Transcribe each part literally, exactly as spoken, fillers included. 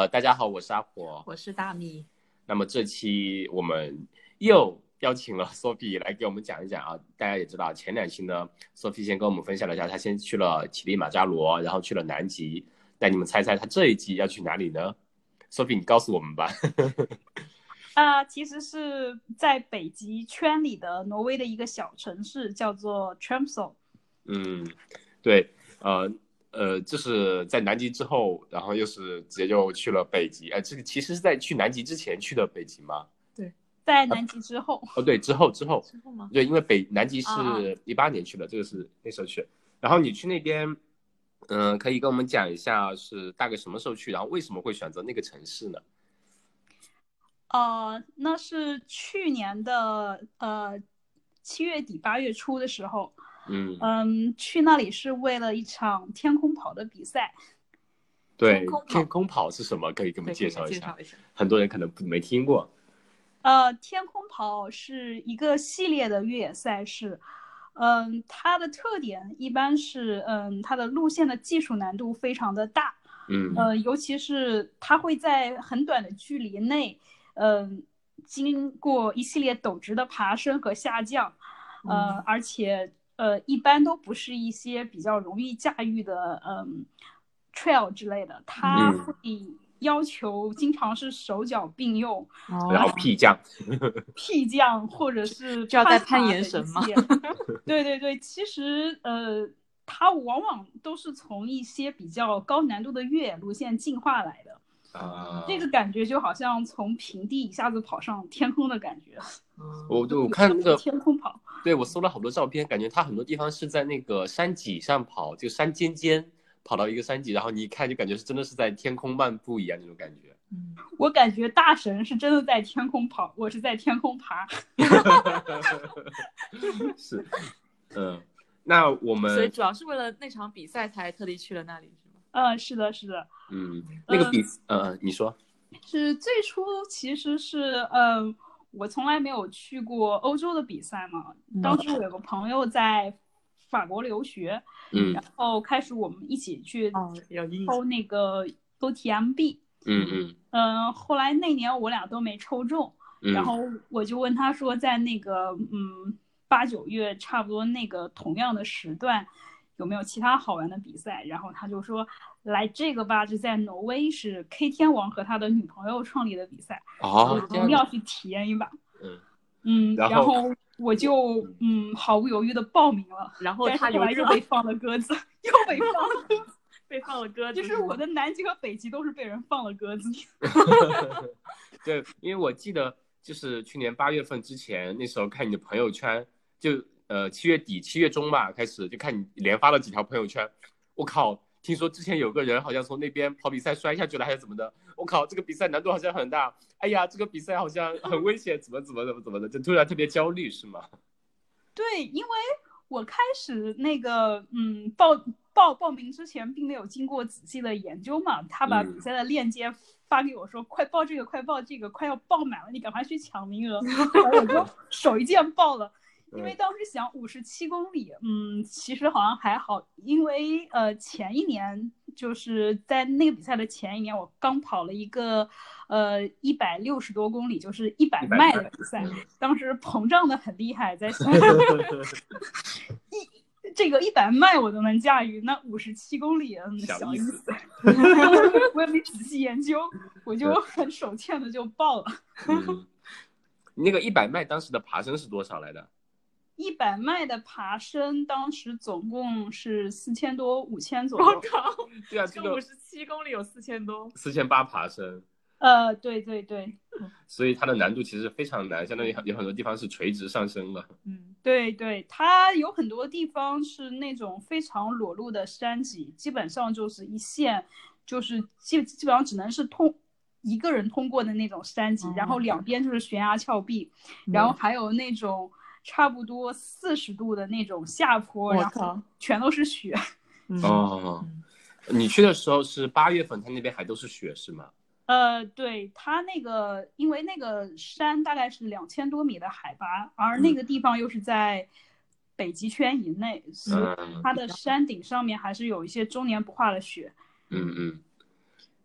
呃，大家好，我是阿火， 我是大米。 那么这期我们又邀请了 Sophie 来给我们讲一讲啊。大家也知道，前两期呢 ，Sophie 先跟我们分享了一下，她先去了乞力马扎罗，然后去了南极。带你们猜猜，她这一季要去哪里呢 ？Sophie，你告诉我们吧。 啊、呃，其实是在北极圈里的挪威的一个小城市，叫做 Tromsø。 嗯，对，呃。呃，这是在南极之后，然后又是直接就去了北极。呃，这个其实是在去南极之前去的北极吗？ 对，在南极之后。 啊、哦，对，之后之后。 之后吗？ 对，因为北南极是一八年去的，啊、这个是那时候去。然后你去那边，嗯、呃，可以跟我们讲一下是大概什么时候去，然后为什么会选择那个城市呢？ 呃，那是去年的呃七月底八月初的时候。 嗯嗯，去那里是为了一场天空跑的比赛。 对，天空跑, 天空跑是什么？可以给我们介绍一下, 一下。很多人可能没听过。 呃，天空跑是一个系列的越野赛事。嗯，它的特点一般是，嗯，它的路线的技术难度非常的大。 嗯， 呃，尤其是它会在很短的距离内，嗯，经过一系列陡直的爬升和下降。呃， 嗯、 而且。呃，一般都不是一些比较容易驾驭的，嗯 ，trail 之类的，它会要求经常是手脚并用， 嗯、然后屁降， 屁降或者是就要在攀岩绳吗？ 对对对，其实呃，它往往都是从一些比较高难度的越野路线进化来的。 啊， 这个感觉就好像从平地一下子跑上天空的感觉。 我我看那个天空跑， 对，我搜了好多照片，感觉它很多地方是在那个山脊上跑，就山尖尖跑到一个山脊，然后你一看就感觉是真的是在天空漫步一样那种感觉。 嗯，我感觉大神是真的在天空跑，我是在天空爬。 是，嗯，那我们所以主要是为了那场比赛才特地去了那里，是吗？ 嗯，是的，是的。 嗯，那个比，嗯、呃，你说。 是最初其实是，嗯、呃，我从来没有去过欧洲的比赛嘛。当时我有个朋友在法国留学， 嗯， 然后开始我们一起去抽那个 U T M B。 嗯嗯嗯，后来那年我俩都没抽中， 嗯、 然后我就问他说，在那个嗯八九月差不多那个同样的时段，有没有其他好玩的比赛？然后他就说，来这个吧，是在挪威，是 K 天王和他的女朋友创立的比赛， 哦， 一定要去体验一把。 嗯嗯，然后, 然后我就嗯毫不犹豫的报名了， 然后他后来又被放了鸽子，又被放了鸽子。 被放了鸽子， 就是我的南极和北极都是被人放了鸽子。 对，因为我记得就是去年八月份之前，那时候看你的朋友圈，就呃七月底七月中吧开始就看你连发了几条朋友圈，我靠，听说之前有个人好像从那边跑比赛摔下去了还是怎么的，我靠，这个比赛难度好像很大，哎呀，这个比赛好像很危险，怎么怎么怎么怎么的，就突然特别焦虑是吗？ 对，因为我开始那个嗯报。报报名之前并没有经过仔细的研究嘛，他把比赛的链接发给我说、嗯、快报这个快报这个快要报满了，你赶快去抢名额。我就手一键报了，因为当时想五十七公里，嗯，其实好像还好，因为呃前一年就是在那个比赛的前一年，我刚跑了一个呃一百六十多公里，就是一百迈的比赛，当时膨胀的很厉害，在想一。这个一百迈我都能驾驭，那五十七公里小意思。我也没仔细研究，我就很手欠的就报了。 嗯，那个一百迈当时的爬升是多少来的？ 一百迈的爬升当时总共是四千多五千左右。 我靠！ 对啊，这个五十七公里有四千多， 四千八爬升。 呃，对对对， 所以它的难度其实非常难，相当于有很多地方是垂直上升了。 嗯，对对，它有很多地方是那种非常裸露的山脊，基本上就是一线，就是基基本上只能是通一个人通过的那种山脊，嗯、然后两边就是悬崖峭壁，嗯、然后还有那种差不多四十度的那种下坡，然后全都是雪。 嗯、哦，你去的时候是八月份，它那边还都是雪是吗？ 呃，对，它那个，因为那个山大概是两千多米的海拔，而那个地方又是在北极圈以内，嗯、所以它的山顶上面还是有一些终年不化的雪。 嗯嗯。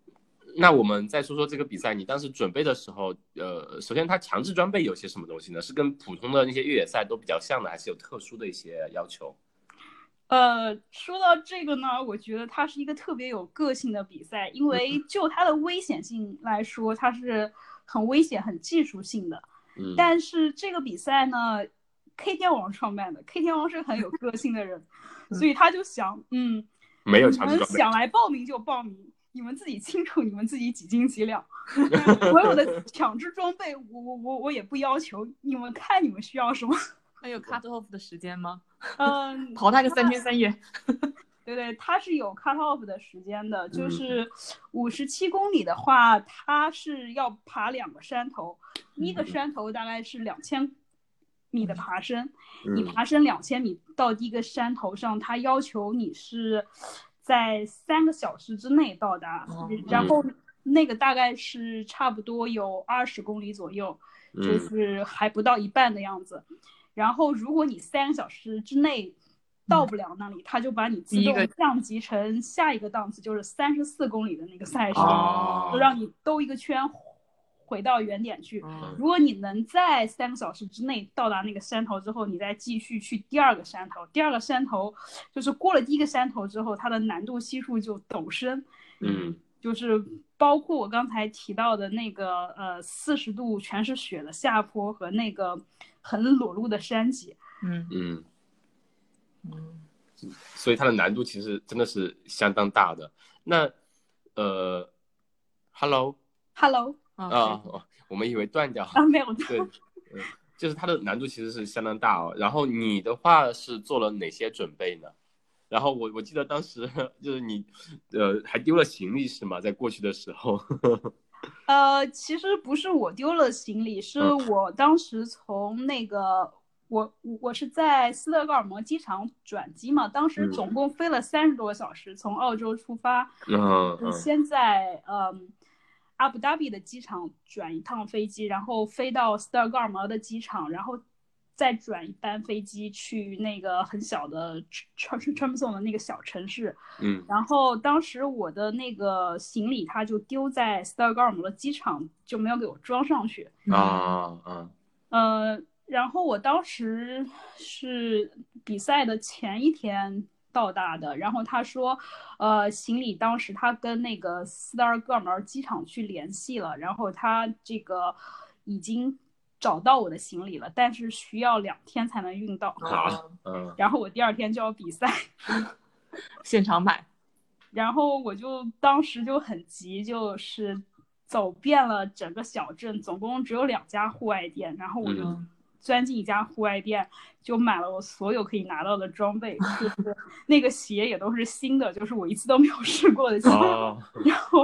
那我们再说说这个比赛，你当时准备的时候，呃，首先它强制装备有些什么东西呢？是跟普通的那些越野赛都比较像的，还是有特殊的一些要求？ 呃，说到这个呢，我觉得它是一个特别有个性的比赛，因为就它的危险性来说，它是很危险、很技术性的。 嗯， 但是这个比赛呢 ，K 天王创办的，K 天王是很有个性的人，所以他就想，嗯， 没有你们强制装备， 想来报名就报名，你们自己清楚你们自己几斤几两。所有的强制装备，我我我我也不要求，你们看你们需要什么。 那有 cut off 的时间吗？ 嗯， 跑那个三天三夜。 对对，它是有 cut off 的时间的， 嗯就是五十七公里的话，它是要爬两个山头，一个山头大概是两千米的爬升， 嗯你爬升两千米到第一个山头上，它要求你是在三个小时之内到达， 哦然后那个大概是差不多有二十公里左右， 嗯就是还不到一半的样子。然后如果你三个小时之内到不了那里，他就把你自动降级成下一个档次，就是三十四公里的那个赛事， 哦就让你兜一个圈回到原点去。 哦如果你能在三个小时之内到达那个山头之后，你再继续去第二个山头。第二个山头就是过了第一个山头之后，它的难度系数就陡升。 嗯， 就是包括我刚才提到的那个呃四十度全是雪的下坡和那个很裸露的山脊。 嗯嗯， 嗯， 所以它的难度其实真的是相当大的。那呃，Hello， Hello 啊、 啊， 哦，我们以为断掉啊，没有的。 对，嗯，就是它的难度其实是相当大哦。然后你的话是做了哪些准备呢？然后我我记得当时就是你，呃，还丢了行李是吗？在过去的时候。 呃，其实不是我丢了行李，是我当时从那个我我是在斯德哥尔摩机场转机嘛，当时总共飞了三十多个小时，从澳洲出发， 嗯嗯， 先在嗯阿布达比的机场转一趟飞机，然后飞到斯德哥尔摩的机场，然后再转一班飞机去那个很小的 Tromsø 的那个小城市。 嗯， 然后当时我的那个行李它就丢在斯德哥尔摩的机场，就没有给我装上去。 啊啊， 呃，然后我当时是比赛的前一天到达的，然后他说，呃，行李当时他跟那个斯德哥尔摩机场去联系了，然后他这个已经找到我的行李了，但是需要两天才能运到。 好，嗯， 然后我第二天就要比赛， 现场买。 然后我就当时就很急，就是走遍了整个小镇，总共只有两家户外店，然后我就钻进一家户外店，就买了我所有可以拿到的装备，就是那个鞋也都是新的，就是我一次都没有试过的鞋， 哦， 然后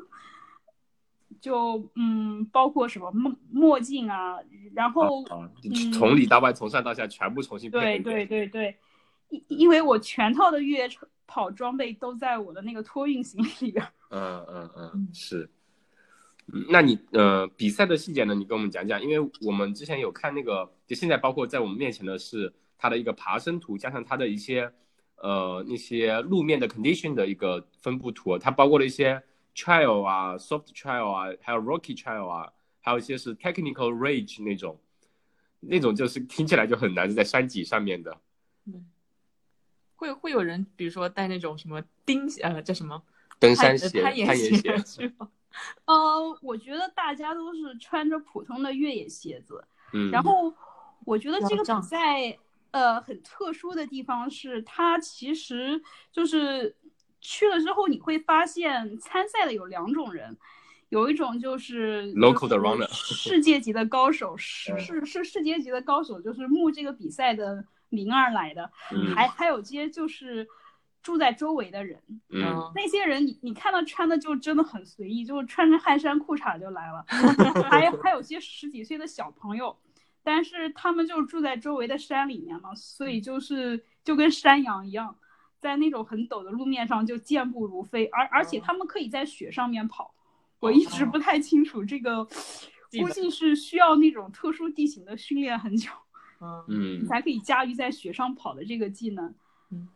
就嗯，包括什么墨墨镜啊，然后、 啊， 嗯、 从里到外，从上到下全部重新配对对对对，因因为我全套的越野跑装备都在我的那个托运行李里边。 嗯嗯嗯，是。那你呃比赛的细节呢？你跟我们讲讲，因为我们之前有看那个，就现在包括在我们面前的是它的一个爬升图，加上它的一些呃那些路面的 condition 的一个分布图，它包括了一些 trail 啊、soft trail 啊，还有 rocky trail 啊，还有一些是 technical ridge 那种，那种就是听起来就很难，是在山脊上面的。 嗯，会会有人比如说带那种什么钉呃叫什么登山鞋、 攀岩攀岩鞋是吗？ 呃，我觉得大家都是穿着普通的越野鞋子， 嗯， 然后我觉得这个比赛呃很特殊的地方是，它其实就是去了之后你会发现参赛的有两种人。有一种就是 local 的 runner， 世界级的高手，是是是世界级的高手，就是慕这个比赛的名而来的， 嗯、 还还有些就是住在周围的人， 嗯， 那些人你你看到穿的就真的很随意，就穿着汗衫裤衩就来了，还还有些十几岁的小朋友，但是他们就住在周围的山里面嘛，所以就是就跟山羊一样，在那种很陡的路面上就健步如飞，而而且他们可以在雪上面跑。我一直不太清楚这个，估计是需要那种特殊地形的训练很久， 嗯， 你才可以驾驭在雪上跑的这个技能。 嗯，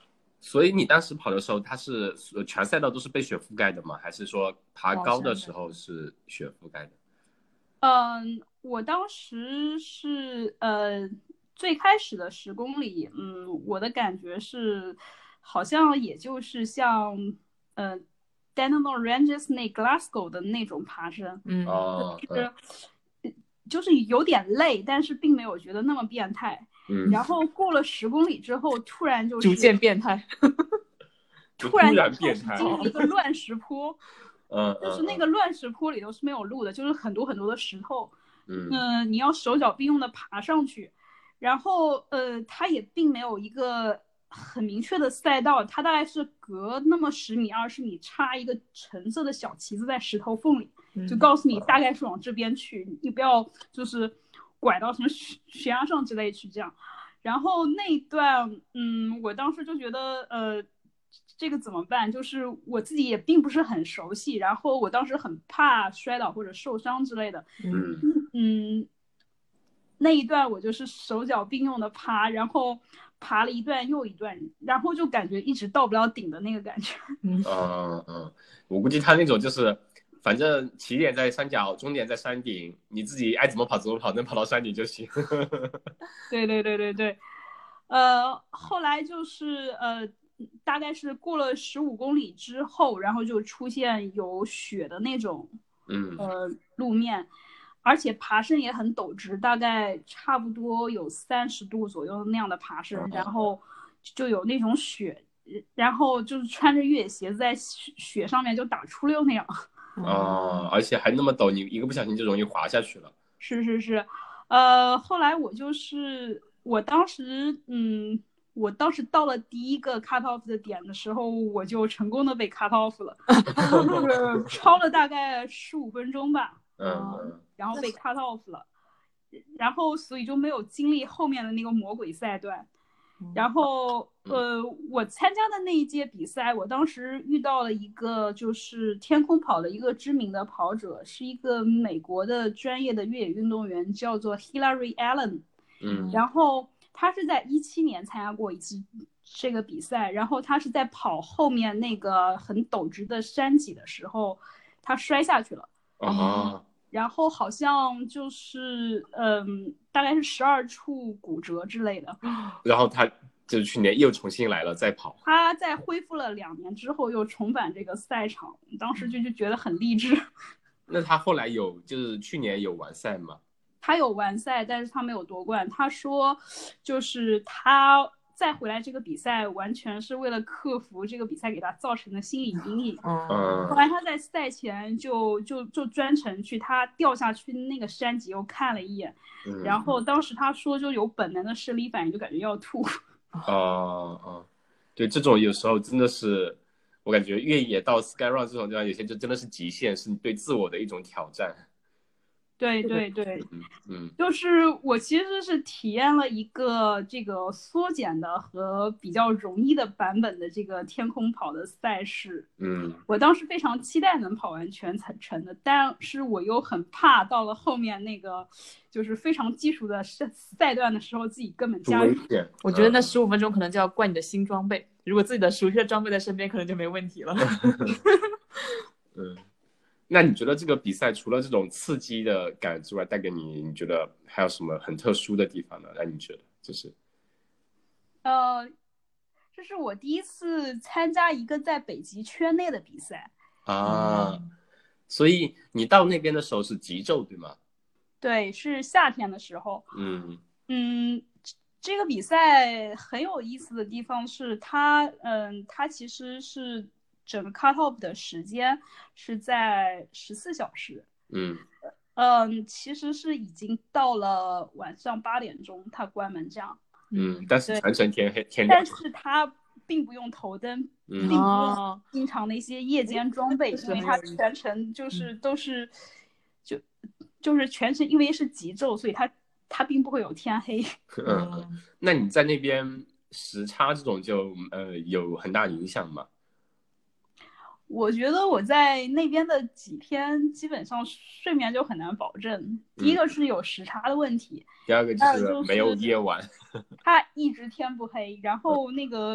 所以你当时跑的时候，它是呃全赛道都是被雪覆盖的吗？还是说爬高的时候是雪覆盖的？ 嗯，我当时是呃最开始的十公里，嗯，我的感觉是好像也就是像呃 Dandenong Ranges 那 Glasgow 的那种爬升， 嗯， 哦， 就是就是有点累，但是并没有觉得那么变态。 嗯， 然后过了十公里之后，突然就是逐渐变态， 突然然就开始变态， 进入一个乱石坡。 嗯， 就是那个乱石坡里头是没有路的，就是很多很多的石头， 嗯呃，你要手脚并用的爬上去，然后呃，它也并没有一个很明确的赛道，它大概是隔那么十米、二十米插一个橙色的小旗子在石头缝里，就告诉你大概是往这边去，你不要就是拐到什么悬崖上之类去这样。然后那一段，嗯，我当时就觉得，呃。这个怎么办？就是我自己也并不是很熟悉，然后我当时很怕摔倒或者受伤之类的。 嗯嗯，那一段我就是手脚并用的爬，然后爬了一段又一段，然后就感觉一直到不了顶的那个感觉。 嗯嗯嗯，我估计他那种就是，反正起点在山脚，终点在山顶，你自己爱怎么跑怎么跑，能跑到山顶就行。 对对对对对，呃，后来就是呃。大概是过了十五公里之后，然后就出现有雪的那种， 嗯， 呃，路面，而且爬升也很陡直，大概差不多有三十度左右那样的爬升，然后就有那种雪，然后就是穿着越野鞋子在雪上面就打出溜那样。 哦，而且还那么陡，你一个不小心就容易滑下去了。 是是是，呃，后来我就是我当时，嗯。我当时到了第一个 cut off 的点的时候，我就成功的被 cut off 了，就是超了大概十五分钟吧， 嗯， 然后被 cut off 了，然后所以就没有经历后面的那个魔鬼赛段。然后呃，我参加的那一届比赛，我当时遇到了一个就是天空跑的一个知名的跑者，是一个美国的专业的越野运动员，叫做 Hillary Allen。 嗯， 然后他是在一七年参加过一次这个比赛，然后他是在跑后面那个很陡直的山脊的时候，他摔下去了。 哦， 然后好像就是嗯，大概是十二处骨折之类的。 然后他就是去年又重新来了，再跑。 他在恢复了两年之后又重返这个赛场，当时就就觉得很励志。 那他后来有就是去年有完赛吗？ 他有完赛，但是他没有夺冠。他说，就是他再回来这个比赛，完全是为了克服这个比赛给他造成的心理阴影。 嗯， 后来他在赛前就就就专程去他掉下去那个山脊又看了一眼， 嗯、 然后当时他说就有本能的生理反应，就感觉要吐。 哦哦，对，这种有时候真的是，我感觉越野到 Skyrun 这种地方，有些就真的是极限，是你对自我的一种挑战。 对对对， 嗯嗯， 就是我其实是体验了一个这个缩减的和比较容易的版本的这个天空跑的赛事。 嗯， 我当时非常期待能跑完全程的，但是我又很怕到了后面那个就是非常基础的赛段的时候，自己根本加入。 我觉得那十五分钟可能就要怪你的新装备，如果自己的熟悉的装备在身边，可能就没问题了。 嗯。那你觉得这个比赛除了这种刺激的感之外，带给你，你觉得还有什么很特殊的地方呢？那你觉得就是， 呃，这是我第一次参加一个在北极圈内的比赛啊，所以你到那边的时候是极昼对吗？ 对，是夏天的时候。 嗯嗯，这个比赛很有意思的地方是它，嗯，它其实是。整个 cut off 的时间是在十四小时， 嗯嗯，其实是已经到了晚上八点钟，它关门这样， 嗯，但是全程天黑天亮， 但是它并不用头灯， 嗯、 并不用经常的一些夜间装备，因为它全程就是都是、嗯、就就是全程，因为是极昼，所以它它并不会有天黑。 嗯，那你在那边时差这种就呃有很大影响吗？ 我觉得我在那边的几天基本上睡眠就很难保证。第一个是有时差的问题， 第二个就是没有夜晚， 它一直天不黑。然后那个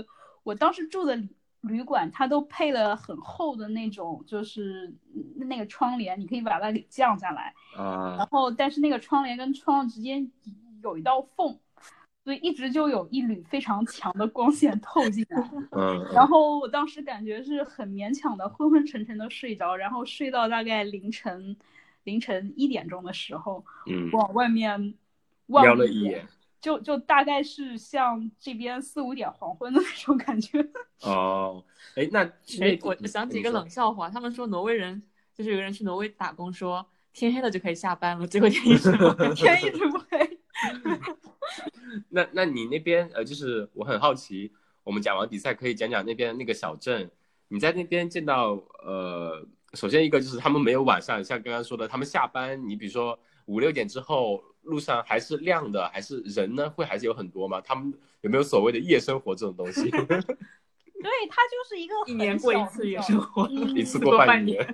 我当时住的旅旅馆，它都配了很厚的那种，就是那个窗帘，你可以把它给降下来啊。 然后但是那个窗帘跟窗之间有一道缝，所以一直就有一缕非常强的光线透进来。 嗯， 然后我当时感觉是很勉强的昏昏沉沉的睡着，然后睡到大概凌晨凌晨一点钟的时候， 嗯， 往外面瞄望了一眼， 就就大概是像这边四五点黄昏的那种感觉。 哦，哎，那哎，我我想起一个你说冷笑话，他们说挪威人就是有个人去挪威打工说天黑了就可以下班了，结果天一直不黑， 天一直不黑。 那那你那边呃，就是我很好奇，我们讲完比赛可以讲讲那边那个小镇，你在那边见到呃，首先一个就是他们没有晚上，像刚刚说的，他们下班，你比如说五六点之后，路上还是亮的，还是人呢会还是有很多吗？他们有没有所谓的夜生活这种东西？ 对，它就是一个一年过一次夜生活， 嗯、 一次过半年。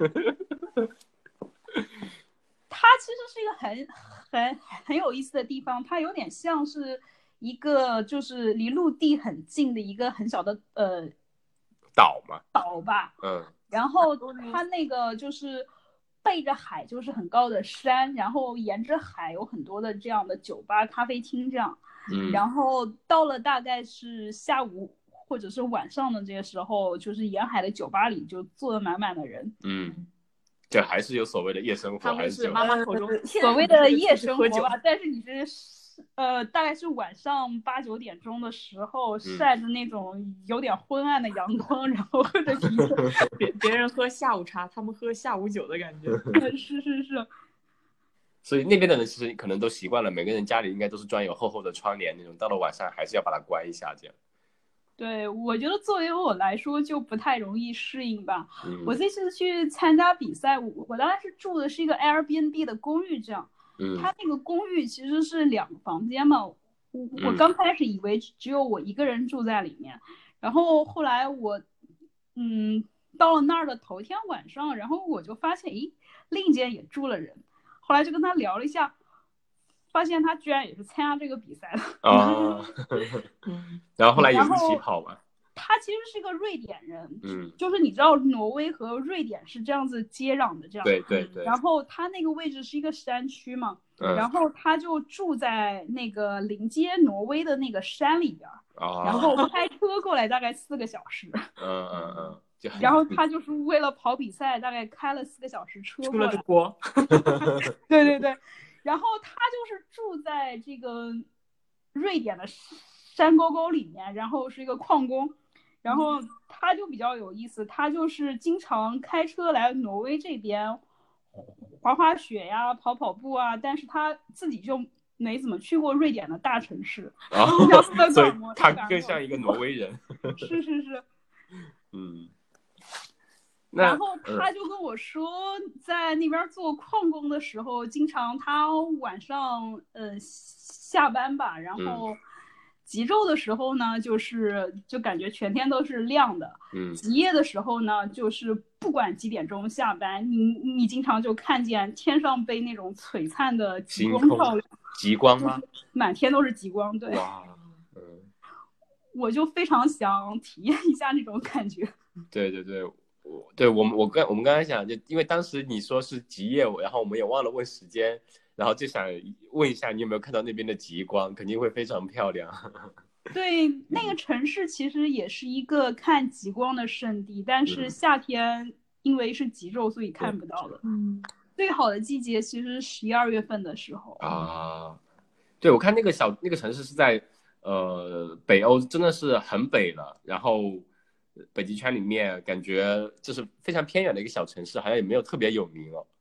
它其实是一个很很很有意思的地方，它有点像是一个就是离陆地很近的一个很小的呃岛嘛， 岛吧， 嗯， 然后它那个就是背着海，就是很高的山，然后沿着海有很多的这样的酒吧、咖啡厅这样， 嗯， 然后到了大概是下午或者是晚上的这个时候，就是沿海的酒吧里就坐得满满的人， 嗯。这还是有所谓的夜生活， 他们还是是妈妈口中所谓的夜生活喝酒吧，但是你是呃，大概是晚上八九点钟的时候，晒着那种有点昏暗的阳光，然后喝着啤酒， 别别人喝下午茶，他们喝下午酒的感觉。 是是是。 所以那边的人其实可能都习惯了，每个人家里应该都是装有厚厚的窗帘那种，到了晚上还是要把它关一下，这样。 对，我觉得作为我来说就不太容易适应吧。 嗯、 我这次去参加比赛，我我当时是住的是一个 Airbnb 的公寓，这样。 嗯， 它那个公寓其实是两个房间嘛，我我嗯刚开始以为只有我一个人住在里面，然后后来我嗯到了那儿的头一天晚上，然后我就发现，咦，另一间也住了人，后来就跟他聊了一下。发现他居然也是参加这个比赛的啊，然后后来也一起跑嘛。 他其实是个瑞典人， 嗯， 就是你知道挪威和瑞典是这样子接壤的，这样。 对对对。 然后他那个位置是一个山区嘛， 嗯、 然后他就住在那个临接挪威的那个山里边， 啊、 然后开车过来大概四个小时。 嗯嗯嗯。 然后他就是为了跑比赛，大概开了四个小时车过来。 出了个国。 对对对。然后他就是住在这个瑞典的山沟沟里面，然后是一个矿工，然后他就比较有意思，他就是经常开车来挪威这边滑滑雪呀、跑跑步啊，但是他自己就没怎么去过瑞典的大城市， 哦、所以他更像一个挪威人。 是是是， 嗯。 然后他就跟我说，在那边做矿工的时候，经常他晚上呃下班吧，然后极昼的时候呢，就是就感觉全天都是亮的。 嗯。 极夜的时候呢，就是不管几点钟下班，你你经常就看见天上被那种璀璨的极光照亮。 极光吗？ 满天都是极光，对。 哇，嗯。 我就非常想体验一下那种感觉。 对对对。对我们，我刚我们刚才想，就因为当时你说是极夜，然后我们也忘了问时间，然后就想问一下你有没有看到那边的极光，肯定会非常漂亮。 对，那个城市其实也是一个看极光的圣地，但是夏天因为是极昼，所以看不到的。嗯，最好的季节其实是十一二月份的时候啊。对，我看那个小那个城市是在呃北欧，真的是很北了，然后。北极圈里面感觉就是非常偏远的一个小城市，好像也没有特别有名哦。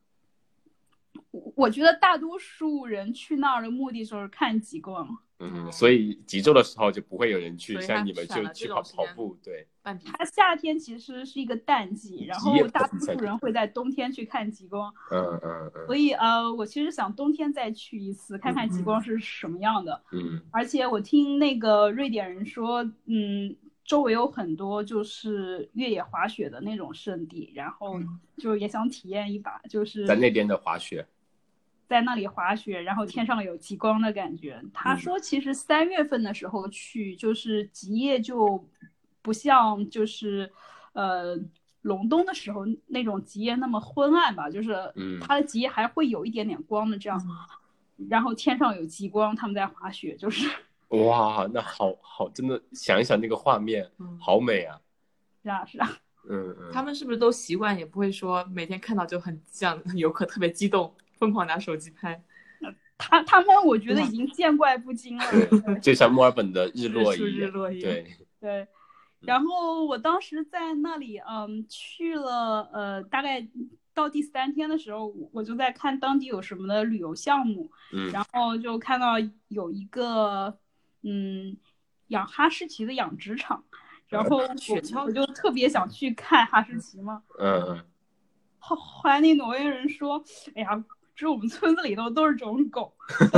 我觉得大多数人去那儿的目的就是看极光。 嗯，所以极昼的时候就不会有人去，像你们就去跑跑步。对， 它夏天其实是一个淡季，然后大多数人会在冬天去看极光。 嗯嗯嗯。 所以呃，我其实想冬天再去一次，看看极光是什么样的。 嗯。 而且我听那个瑞典人说，嗯。周围有很多就是越野滑雪的那种圣地，然后就也想体验一把，就是在那边的滑雪， 在那里滑雪，然后天上有极光的感觉。他说其实三月份的时候去，就是极夜就不像就是呃隆冬的时候那种极夜那么昏暗吧，就是它的极夜还会有一点点光的这样，嗯、然后天上有极光，他们在滑雪，就是哇，那好好，真的想一想那个画面，嗯、好美啊！ 是啊是啊， 嗯嗯， 他们是不是都习惯，也不会说每天看到就很像游客特别激动，疯狂拿手机拍？ 他他们我觉得已经见怪不惊了， 对，就像墨尔本的日落一样， 日落一样， 对对。然后我当时在那里，嗯，去了，呃，大概到第三天的时候，我就在看当地有什么的旅游项目， 嗯， 然后就看到有一个，嗯，养哈士奇的养殖场，然后我我就特别想去看哈士奇嘛， 嗯嗯， 后后来那挪威人说，哎呀，只有我们村子里头都是这种狗。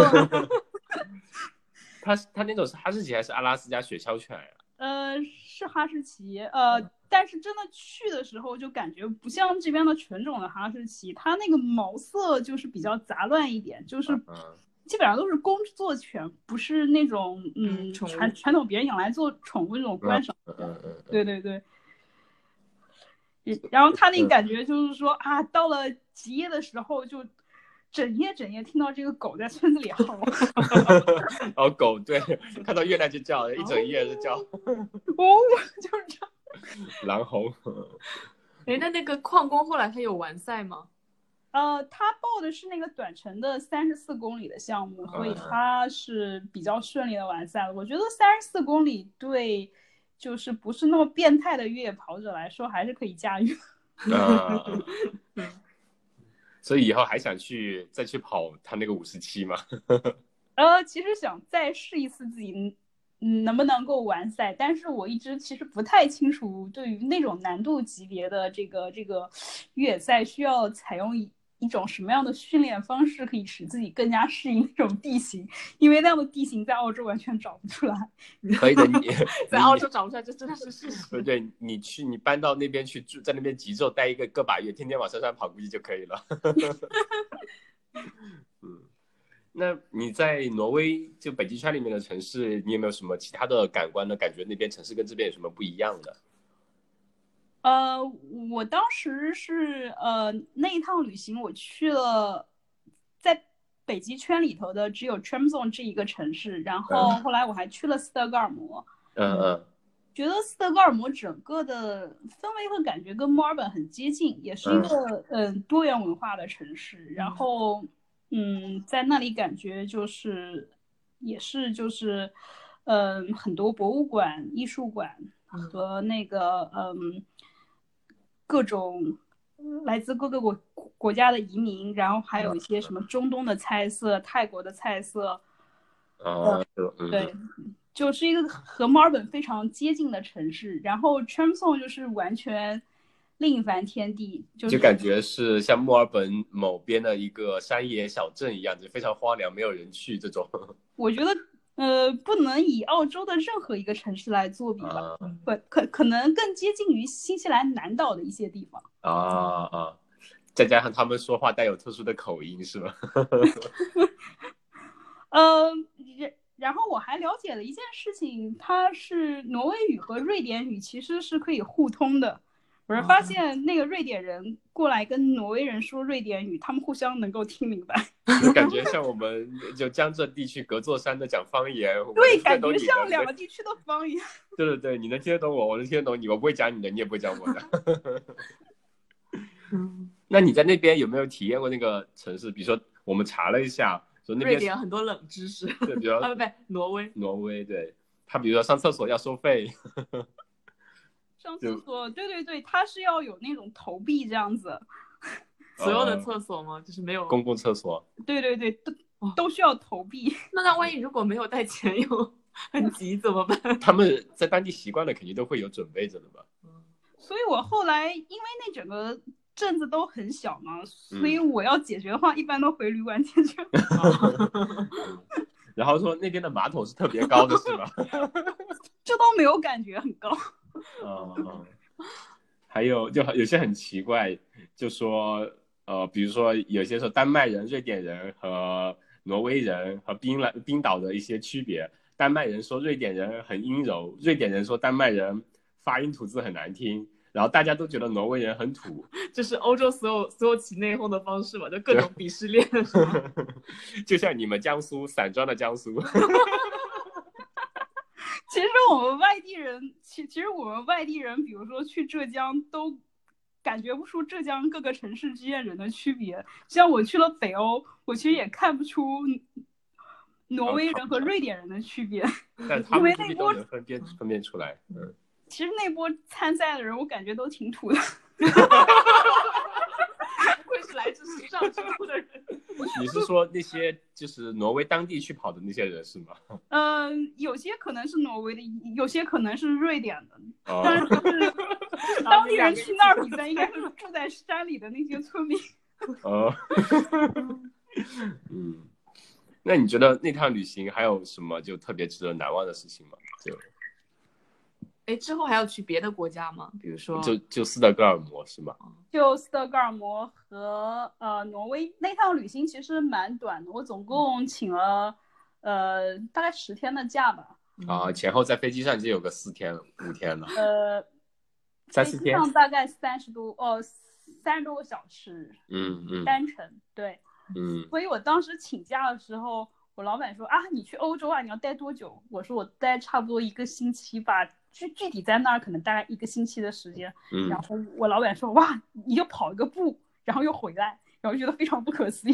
他他那种是哈士奇还是阿拉斯加雪橇犬呀？ 呃，是哈士奇，呃，但是真的去的时候就感觉不像这边的纯种的哈士奇，它那个毛色就是比较杂乱一点，就是基本上都是工作犬，不是那种嗯传传统别人养来做宠物那种观赏犬。 嗯嗯， 对对对。然后他那感觉就是说啊，到了极夜的时候就。整夜整夜听到这个狗在村子里嚎， 然后狗对看到月亮就叫，一整夜就叫， 哦，就是这样。 狼嚎。 哎，那那个矿工后来他有完赛吗？ 呃，他报的是那个短程的三十四公里的项目，所以他是比较顺利的完赛了。我觉得三十四公里对就是不是那么变态的越野跑者来说还是可以驾驭的。 啊所以以后还想去再去跑他那个五十七吗？ 呃，其实想再试一次自己能不能够完赛，但是我一直其实不太清楚，对于那种难度级别的这个这个越野赛，需要采用一一种什么样的训练方式，可以使自己更加适应那种地形，因为那样的地形在澳洲完全找不出来。 可以的，你在澳洲找不出来，这真的是事实。 对，你去你搬到那边去住，在那边极昼待一个个把月，天天往山上跑，估计就可以了。嗯，那你在挪威就北极圈里面的城市，你有没有什么其他的感官呢？感觉那边城市跟这边有什么不一样的？ 呃，我当时是呃那一趟旅行，我去了在北极圈里头的只有 Tromsø 这一个城市，然后后来我还去了斯德哥尔摩。 嗯嗯， 觉得斯德哥尔摩整个的氛围和感觉跟墨尔本很接近，也是一个嗯、呃、多元文化的城市。然后嗯，在那里感觉就是也是就是嗯、呃、很多博物馆、艺术馆和那个嗯各种来自各个国国家的移民，然后还有一些什么中东的菜色、泰国的菜色。 哦， 嗯、对。就是一个和墨尔本非常接近的城市，然后 Tromsø 就是完全另一番天地，就是、 就感觉是像墨尔本某边的一个山野小镇一样，就非常荒凉，没有人去这种。 我觉得呃，不能以澳洲的任何一个城市来做比吧，可、啊、可可能更接近于新西兰南岛的一些地方。 啊啊，再加上他们说话带有特殊的口音，是吧？ 呃。然后我还了解了一件事情，它是挪威语和瑞典语其实是可以互通的。我是发现那个瑞典人过来跟挪威人说瑞典语，他们互相能够听明白。 感觉像我们就江浙地区隔座山的讲方言， 对，感觉像两个地区的方言。 对对对，你能听得懂我，我能听得懂你，我不会讲你的，你也不会讲我的。那你在那边有没有体验过那个城市？比如说，我们查了一下。那边瑞典很多冷知识， 对，比如啊不不，挪威， 挪威对，他比如说上厕所要收费， 上厕所，对对对，他是要有那种投币这样子， 所有的厕所吗？呃、就是没有公共厕所， 对对对，都都需要投币。 那那万一如果没有带钱又很急怎么办？ 他们在当地习惯了，肯定都会有准备着的吧。 所以我后来因为那整个镇子都很小嘛，所以我要解决的话，嗯、一般都回旅馆解决。 然后说那边的马桶是特别高的，是吧？ 这都没有感觉很高。 嗯嗯。还有就有些很奇怪，就说呃，比如说有些说丹麦人、瑞典人和挪威人和冰兰冰岛的一些区别。丹麦人说瑞典人很阴柔，瑞典人说丹麦人发音吐字很难听，然后大家都觉得挪威人很土， 这是欧洲所有所有起内讧的方式嘛，就各种鄙视链是吗？ 就像你们江苏散装的江苏。 其实我们外地人，其其实我们外地人，比如说去浙江，都感觉不出浙江各个城市之间人的区别。像我去了北欧，我其实也看不出挪威人和瑞典人的区别。 但他们估计都能分辨分辨出来。嗯， 其实那波参赛的人，我感觉都挺土的。 不愧是来自时尚之都的人。 你是说那些就是挪威当地去跑的那些人是吗？ 嗯、呃，有些可能是挪威的，有些可能是瑞典的。 哦、 但是就是当地人去那儿比赛，应该是住在山里的那些村民。 哦，嗯，那你觉得那趟旅行还有什么就特别值得难忘的事情吗？就， 哎，之后还要去别的国家吗？比如说， 就就斯德哥尔摩是吗？ 就斯德哥尔摩和呃挪威那趟旅行其实蛮短的，我总共请了呃大概十天的假吧。 啊，前后在飞机上就有个四天五天了。 呃， 三四天。 飞机上大概三十多哦三十多个小时。 嗯嗯。 单程对。 嗯。 所以我当时请假的时候，我老板说啊，你去欧洲啊，你要待多久？我说我待差不多一个星期吧。具具体在那儿可能大概一个星期的时间， 嗯、 然后我老板说哇，你就跑一个步，然后又回来，然后觉得非常不可思议。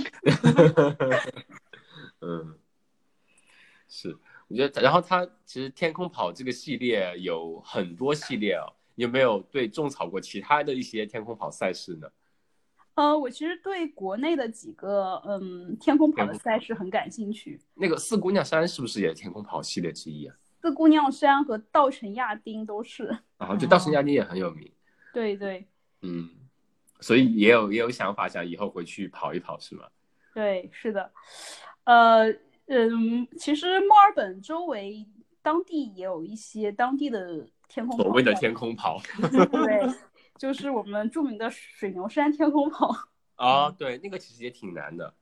嗯，是，我觉得，然后它其实天空跑这个系列有很多系列哦，你有没有对种草过其他的一些天空跑赛事呢？ 呃，我其实对国内的几个嗯天空跑的赛事很感兴趣。 那个四姑娘山是不是也是天空跑系列之一啊？ 四姑娘山和稻城亚丁都是啊，就稻城亚丁也很有名。 对对， 嗯，所以也有也有想法，想以后回去跑一跑，是吗？ 对，是的，呃嗯，其实墨尔本周围当地也有一些当地的天空跑， 所谓的天空跑， 对，就是我们著名的水牛山天空跑。 啊、哦，对，那个其实也挺难的。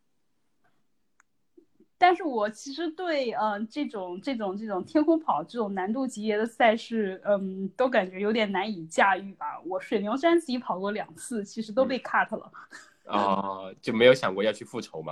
但是我其实对呃这种这种这种天空跑这种难度级别的赛事，嗯，都感觉有点难以驾驭吧。我水牛山自己跑过两次，其实都被 cut 了。 啊、哦，就没有想过要去复仇嘛？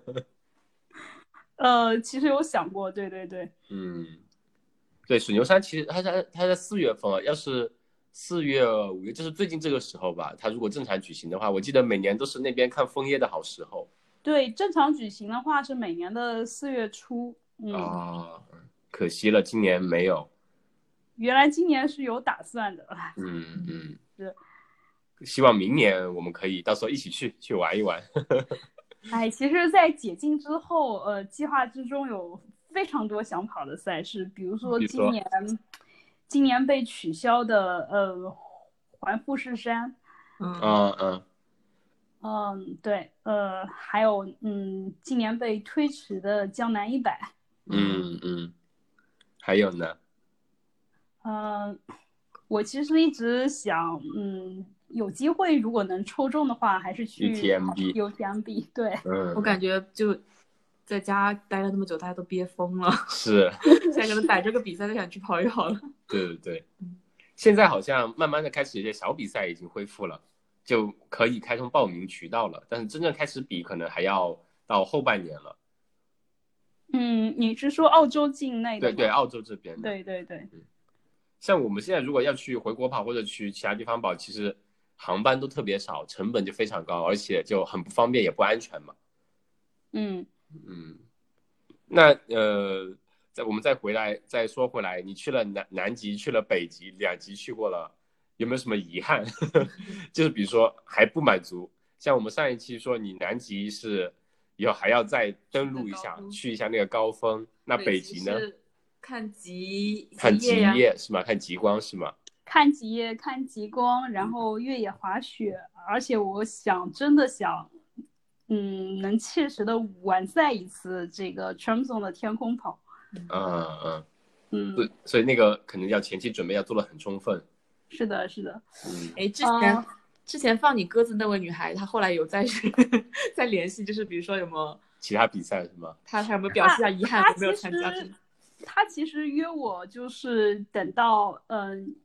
呃，其实有想过，对对对。 嗯，对，水牛山其实它在它在四月份啊，要是四月五月，就是最近这个时候吧，它如果正常举行的话，我记得每年都是那边看枫叶的好时候。 对，正常举行的话是每年的四月初。嗯， 哦，可惜了，今年没有。 原来今年是有打算的。 嗯嗯， 是。 希望明年我们可以到时候一起去去玩一玩。 哎，其实，在解禁之后，呃，计划之中有非常多想跑的赛事，比如说今年，今年被取消的呃环富士山。 嗯嗯。嗯嗯，对，呃，还有，嗯，今年被推迟的江南一百。 嗯嗯，还有呢？ 嗯，我其实一直想，嗯，有机会如果能抽中的话，还是去 U T M B。 U T M B， 对。 嗯， 我感觉就在家待了那么久，大家都憋疯了。 是。 现在可能逮这个比赛就想去跑一跑了。 对对对，现在好像慢慢的开始一些小比赛已经恢复了。就可以开通报名渠道了，但是真正开始比可能还要到后半年了。 嗯，你是说澳洲境内的吗？ 对对，澳洲这边的。 对对对。 嗯，像我们现在如果要去回国跑或者去其他地方跑，其实航班都特别少，成本就非常高，而且就很不方便也不安全嘛。 嗯嗯，那呃，再我们再回来再说回来，你去了南南极，去了北极，两极去过了。有没有什么遗憾？就是比如说还不满足，像我们上一期说你南极是以后还要再登陆一下，去一下那个高峰。那北极呢？ 看极看极夜是吗？看极光是吗？ 看极夜，看极光，然后越野滑雪，而且我想真的想，嗯，能切实的完赛一次这个 Tromsø 的天空跑。 嗯嗯嗯， 对，所以那个可能要前期准备要做得很充分。 是的，是的。 哎，之前、uh, 之前放你鸽子那位女孩，她后来有再再联系，就是比如说有没有其他比赛是吗？ 她还有没有表示下遗憾有没有参加？ 她其实约我，就是等到嗯、呃、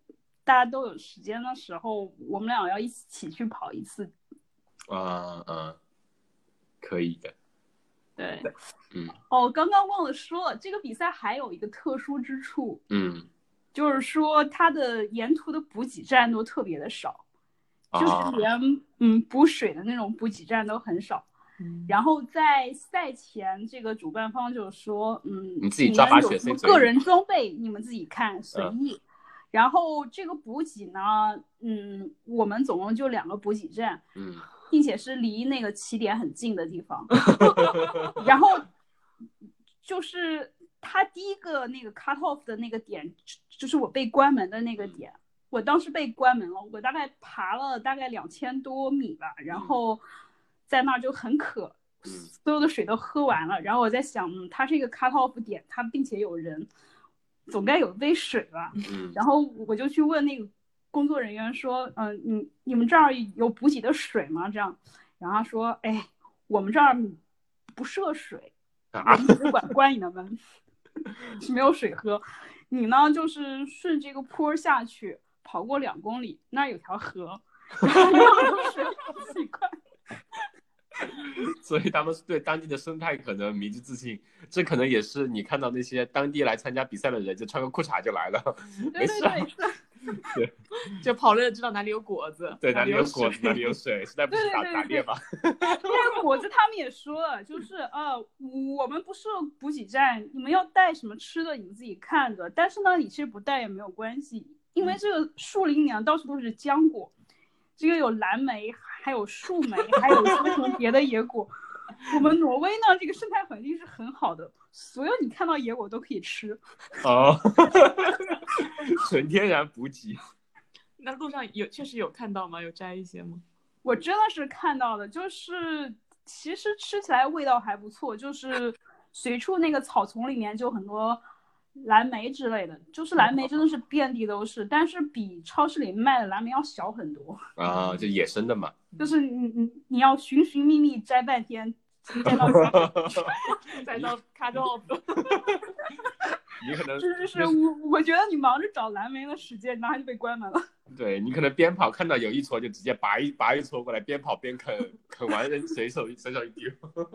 大家都有时间的时候，我们俩要一起去跑一次。 啊啊，可以的。 对， 嗯， 哦，刚刚忘了说了，这个比赛还有一个特殊之处， 嗯， 就是说它的沿途的补给站都特别的少， 啊、 就是连嗯补水的那种补给站都很少。 嗯， 然后在赛前，这个主办方就说，嗯， 你自己抓把你们有血随随意什么个人装备，你们自己看，随嗯意。然后这个补给呢，嗯，我们总共就两个补给站， 嗯， 并且是离那个起点很近的地方。然后就是他第一个那个 cut off 的那个点，就是我被关门的那个点。我当时被关门了，我大概爬了大概两千多米吧，然后在那儿就很渴，所有的水都喝完了。然后我在想，嗯，它是一个 cut off 点，它并且有人，总该有杯水吧。然后我就去问那个工作人员说，嗯、呃，你你们这儿有补给的水吗？这样，然后他说，哎，我们这儿不设水，我们只管关你的门，是没有水喝。你呢，就是顺这个坡下去。跑过两公里，那儿有条河，然后有水自己灌。 所以他们对当地的生态可能迷之自信，这可能也是你看到那些当地来参加比赛的人，就穿个裤�衩就来了， 对对对，是。 对， 就跑了知道哪里有果子， 对，哪里有果子哪里有水，实在不是打打猎吧？ 因为果子他们也说了，就是呃，我们不设补给站，你们要带什么吃的你们自己看着，但是呢，你其实不带也没有关系。因为这个树林里啊，到处都是浆果，这个有蓝莓，还有树莓，还有什么别的野果。我们挪威呢，这个生态环境是很好的，所有你看到野果都可以吃。 哦，纯天然补给。 那路上有确实有看到吗？有摘一些吗？ 我真的是看到的，就是其实吃起来味道还不错，就是随处那个草丛里面就很多。蓝莓之类的，就是蓝莓真的是遍地都是，但是比超市里卖的蓝莓要小很多啊，就野生的嘛。 就是你你你要寻寻觅觅摘半天，摘到摘到 cut off。 你可能就是是我我觉得你忙着找蓝莓的时间，然后就被关门了。 对，你可能边跑看到有一撮就直接拔一拔一撮过来，边跑边啃，啃完人随手随手一丢。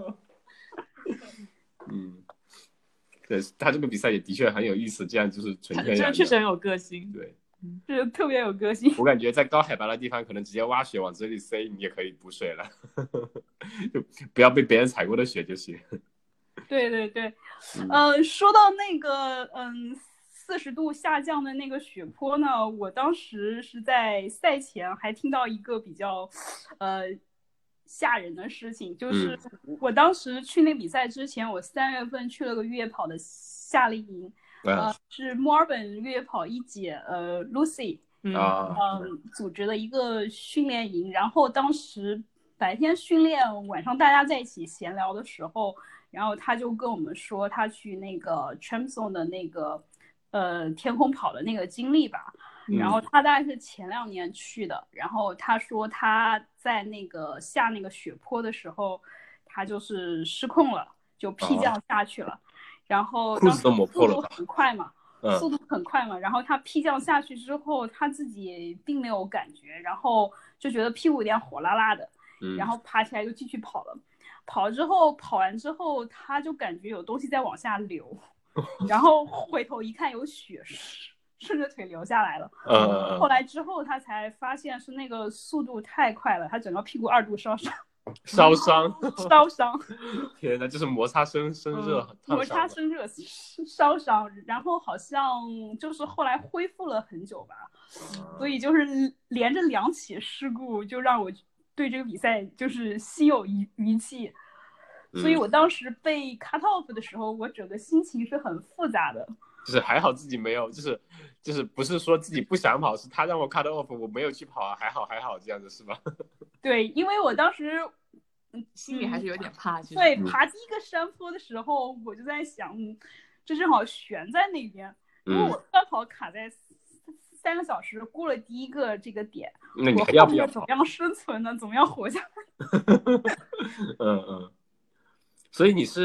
嗯。对，他这个比赛也的确很有意思，这样就是纯天然的， 这样确实很有个性。 对， 是特别有个性。 我感觉在高海拔的地方，可能直接挖雪往嘴里塞，你也可以补水了，就不要被别人踩过的雪就行。 对对对，嗯、呃，说到那个嗯四十度下降的那个雪坡呢，我当时是在赛前还听到一个比较呃。吓人的事情就是我当时去那比赛之前，我三月份去了个越野跑的夏令营， 嗯、 呃，是墨尔本越野跑一姐呃 Lucy 嗯、呃、组织的一个训练营。然后当时白天训练，晚上大家在一起闲聊的时候，然后他就跟我们说他去那个 Tramson 的那个呃天空跑的那个经历吧。然后他大概是前两年去的，然后他说他在那个下那个雪坡的时候，他就是失控了，就劈降下去了，哦、然后裤子都磨破了， 速度很快嘛，嗯、速度很快嘛，然后他劈降下去之后，他自己并没有感觉，然后就觉得屁股有点火辣辣的，嗯、然后爬起来就继续跑了，跑了之后跑完之后，他就感觉有东西在往下流，然后回头一看有血顺着腿流下来了， 嗯， 后来之后他才发现是那个速度太快了，他整个屁股二度烧伤， 烧伤， 烧伤， 天哪，就是摩擦生生热， 嗯、摩擦生热烧伤，然后好像就是后来恢复了很久吧，嗯、所以就是连着两起事故，就让我对这个比赛就是心有余余悸。所以我当时被 cut off 的时候，我整个心情是很复杂的。 就是还好自己没有，就是就是不是说自己不想跑，是他让我 cut off， 我没有去跑啊，还好还好这样子是吧？对， 因为我当时心里还是有点怕。 嗯、对，爬第一个山坡的时候，我就在想，这正好悬在那边，因为我刚好卡在三个小时过了第一个这个点， 那你还要不要怎么样生存呢？怎么样活下来？ 嗯嗯，所以你是。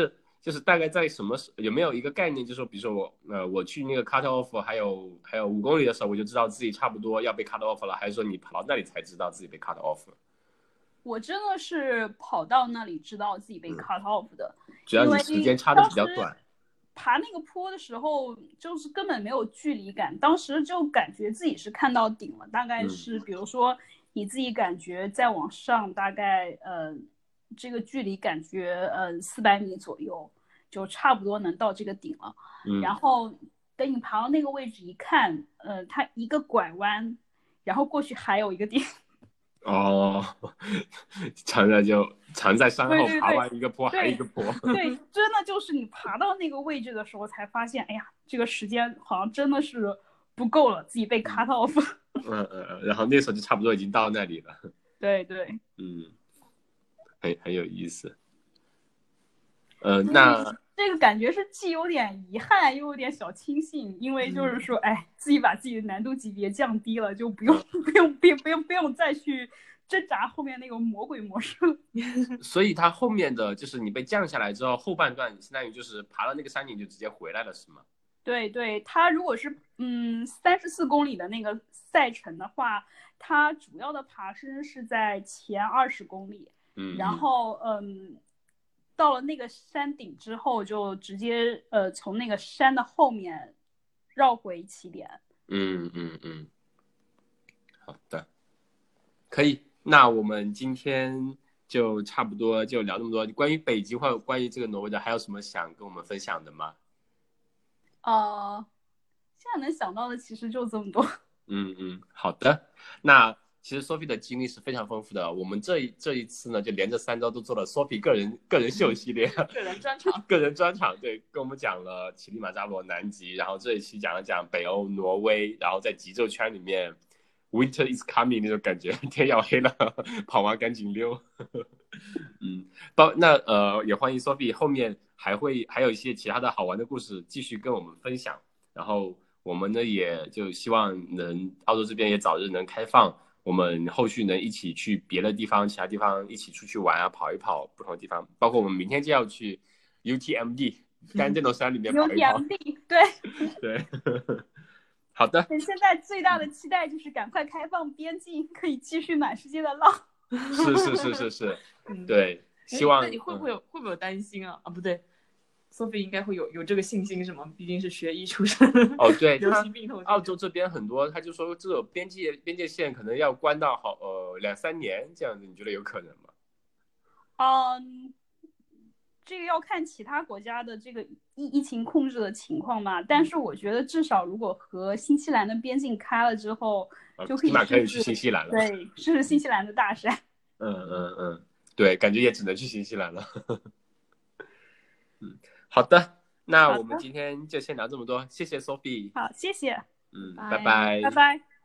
就是大概在什么时有没有一个概念，就是说，比如说我呃我去那个 cut off 还有还有五公里的时候，我就知道自己差不多要被 cut off 了，还是说你跑到那里才知道自己被 cut off 了？ 我真的是跑到那里知道自己被 cut off 的， 嗯、主要你时间差的比较短。 爬那个坡的时候，就是根本没有距离感，当时就感觉自己是看到顶了，大概是比如说你自己感觉再往上，大概呃这个距离感觉呃四百米左右，就差不多能到这个顶了。 嗯、 然后等你爬到那个位置一看，呃，它一个拐弯，然后过去还有一个顶。 哦，常在就常在山后爬完一个坡还一个坡。 对，真的就是你爬到那个位置的时候才发现，哎呀，这个时间好像真的是不够了，自己被 cut off。 嗯嗯，然后那时候就差不多已经到那里了。 对对， 嗯，很很有意思。呃，那这个感觉是既有点遗憾，又有点小庆幸，因为就是说，哎、嗯，自己把自己的难度级别降低了，就不用、嗯、不用不用不用不用再去挣扎后面那个魔鬼模式。 所以它后面的就是你被降下来之后，后半段相当于就是爬到那个山顶就直接回来了，是吗？ 对对，它如果是嗯三十四公里的那个赛程的话，它主要的爬升是在前二十公里， 嗯， 然后嗯。到了那个山顶之后，就直接呃从那个山的后面绕回起点。 嗯嗯嗯，好的，可以。那我们今天就差不多就聊那么多。关于北极或者关于这个挪威的，还有什么想跟我们分享的吗？ 呃，现在能想到的其实就这么多。 嗯嗯，好的。那其实 Sophie 的经历是非常丰富的。我们这一这一次呢，就连着三周都做了 Sophie 个人个人秀系列， 个人专场， 个人专场。对，跟我们讲了乞力马扎罗、南极，然后这一期讲了讲北欧、挪威，然后在极昼圈里面 ，Winter is coming 那种感觉，天要黑了，跑完赶紧溜。嗯，包那呃也欢迎 Sophie 后面还会还有一些其他的好玩的故事继续跟我们分享，然后我们呢也就希望能澳洲这边也早日能开放。我们后续能一起去别的地方，其他地方一起出去玩啊，跑一跑不同的地方，包括我们明天就要去 U T M D 甘正斗山里面跑一跑。 U T M D 对对，好的。 现在最大的期待就是赶快开放边境，可以继续满世界的浪。 是是是是是，对，希望。 那你会不会有、嗯、会不会有担心啊？啊，不对。Sophie 应该会有有这个信心是吗？毕竟是学医出身。 哦，对， 流行病头。 澳洲这边很多，他就说这个边界边界线可能要关到好呃两三年这样子，你觉得有可能吗？ 嗯，这个要看其他国家的这个疫疫情控制的情况嘛。但是我觉得至少如果和新西兰的边境开了之后， 啊、 就可以起码可以去新西兰了。 对，试试新西兰的大山。 嗯嗯嗯，对，感觉也只能去新西兰了。嗯。好的，那我们今天就先聊这么多，谢谢 Sophie。 好，谢谢。 嗯， 拜拜拜。 拜拜。